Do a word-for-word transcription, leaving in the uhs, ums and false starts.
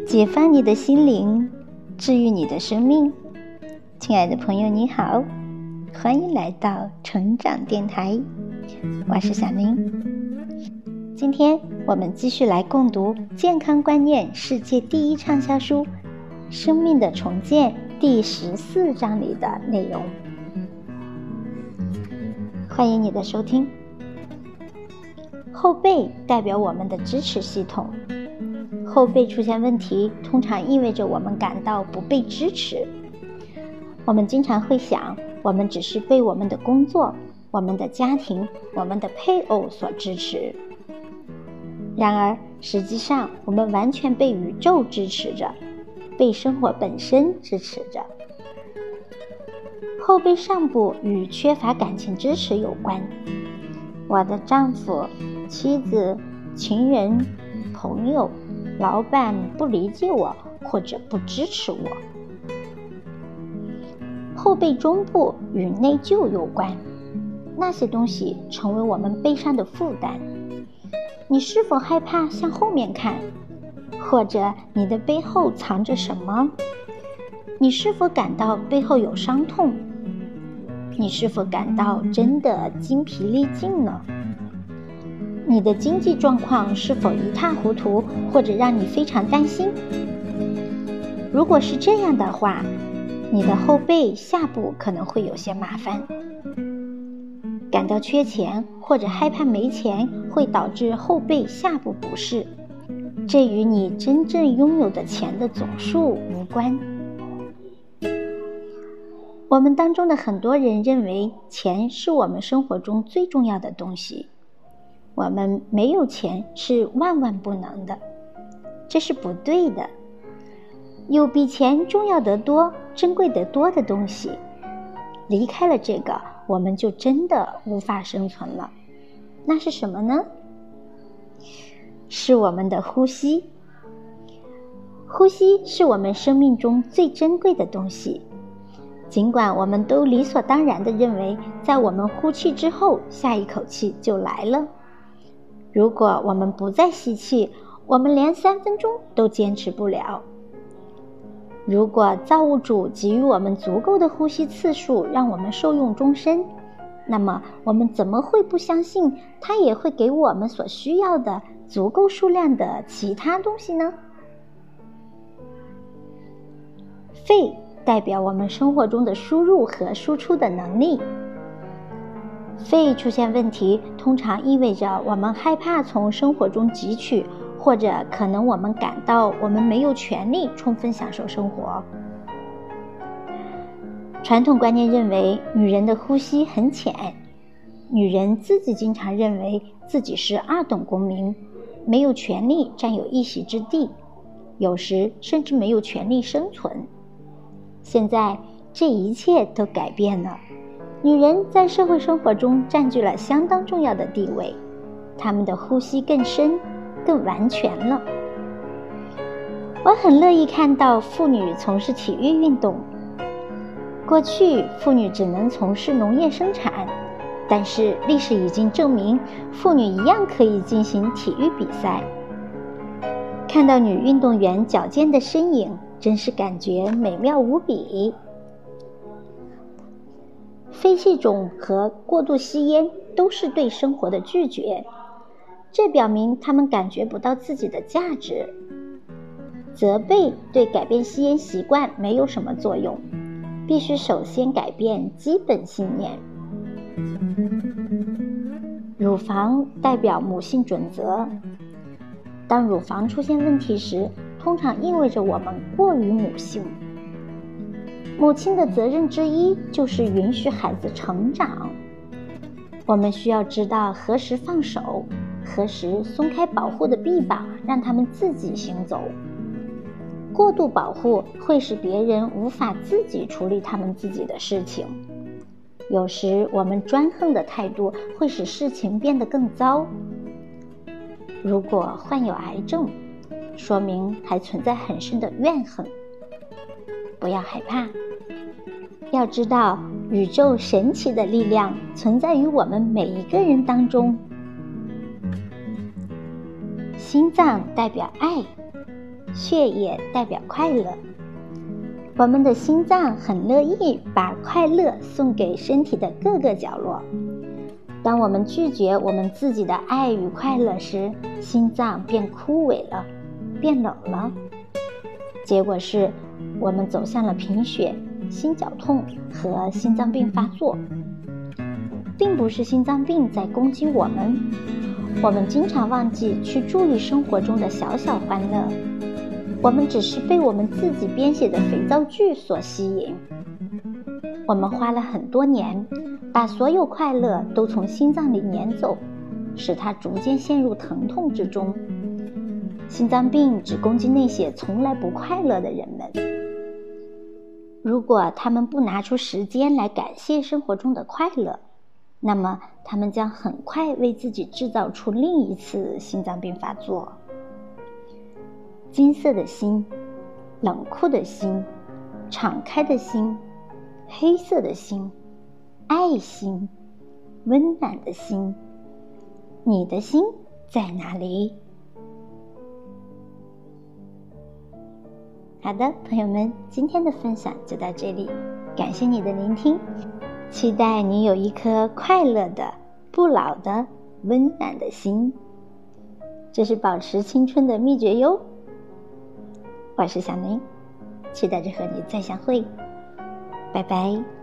解放你的心灵，治愈你的生命。亲爱的朋友你好，欢迎来到成长电台，我是小林。今天我们继续来共读健康观念世界第一畅销书《生命的重建》第十四章里的内容。欢迎你的收听。后背代表我们的支持系统，后背出现问题，通常意味着我们感到不被支持。我们经常会想，我们只是被我们的工作、我们的家庭、我们的配偶所支持。然而，实际上，我们完全被宇宙支持着，被生活本身支持着。后背上部与缺乏感情支持有关。我的丈夫、妻子、情人、朋友、老板不理解我，或者不支持我。后背中部与内疚有关，那些东西成为我们背上的负担。你是否害怕向后面看？或者你的背后藏着什么？你是否感到背后有伤痛？你是否感到真的精疲力尽呢？你的经济状况是否一塌糊涂，或者让你非常担心？如果是这样的话，你的后背下部可能会有些麻烦。感到缺钱或者害怕没钱会导致后背下部不适，这与你真正拥有的钱的总数无关。我们当中的很多人认为钱是我们生活中最重要的东西，我们没有钱是万万不能的，这是不对的。有比钱重要得多、珍贵得多的东西，离开了这个，我们就真的无法生存了。那是什么呢？是我们的呼吸。呼吸是我们生命中最珍贵的东西。尽管我们都理所当然地认为，在我们呼气之后，下一口气就来了。如果我们不再吸气，我们连三分钟都坚持不了。如果造物主给予我们足够的呼吸次数，让我们受用终身，那么我们怎么会不相信他也会给我们所需要的足够数量的其他东西呢？肺代表我们生活中的输入和输出的能力。肺出现问题，通常意味着我们害怕从生活中汲取，或者可能我们感到我们没有权利充分享受生活。传统观念认为女人的呼吸很浅，女人自己经常认为自己是二等公民，没有权利占有一席之地，有时甚至没有权利生存。现在这一切都改变了，女人在社会生活中占据了相当重要的地位，她们的呼吸更深、更完全了。我很乐意看到妇女从事体育运动。过去，妇女只能从事农业生产，但是历史已经证明，妇女一样可以进行体育比赛。看到女运动员矫健的身影，真是感觉美妙无比。肺气肿和过度吸烟都是对生活的拒绝，这表明他们感觉不到自己的价值。责备对改变吸烟习惯没有什么作用，必须首先改变基本信念。乳房代表母性准则，当乳房出现问题时，通常意味着我们过于母性。母亲的责任之一就是允许孩子成长。我们需要知道何时放手，何时松开保护的臂膀，让他们自己行走。过度保护会使别人无法自己处理他们自己的事情。有时我们专横的态度会使事情变得更糟。如果患有癌症，说明还存在很深的怨恨。不要害怕，要知道宇宙神奇的力量存在于我们每一个人当中。心脏代表爱， 血液代表快乐。我们的心脏很乐意把快乐送给身体的各个角落。当我们拒绝我们自己的爱与快乐时，心脏变枯萎了，变冷了。结果是，我们走向了贫血、心绞痛和心脏病发作。并不是心脏病在攻击我们，我们经常忘记去注意生活中的小小欢乐。我们只是被我们自己编写的肥皂剧所吸引。我们花了很多年，把所有快乐都从心脏里撵走，使它逐渐陷入疼痛之中。心脏病只攻击那些从来不快乐的人们。如果他们不拿出时间来感谢生活中的快乐，那么他们将很快为自己制造出另一次心脏病发作。金色的心，冷酷的心，敞开的心，黑色的心，爱心，温暖的心，你的心在哪里？好的，朋友们，今天的分享就到这里，感谢你的聆听，期待你有一颗快乐的、不老的、温暖的心。这是保持青春的秘诀哟。我是小林，期待着和你再相会，拜拜。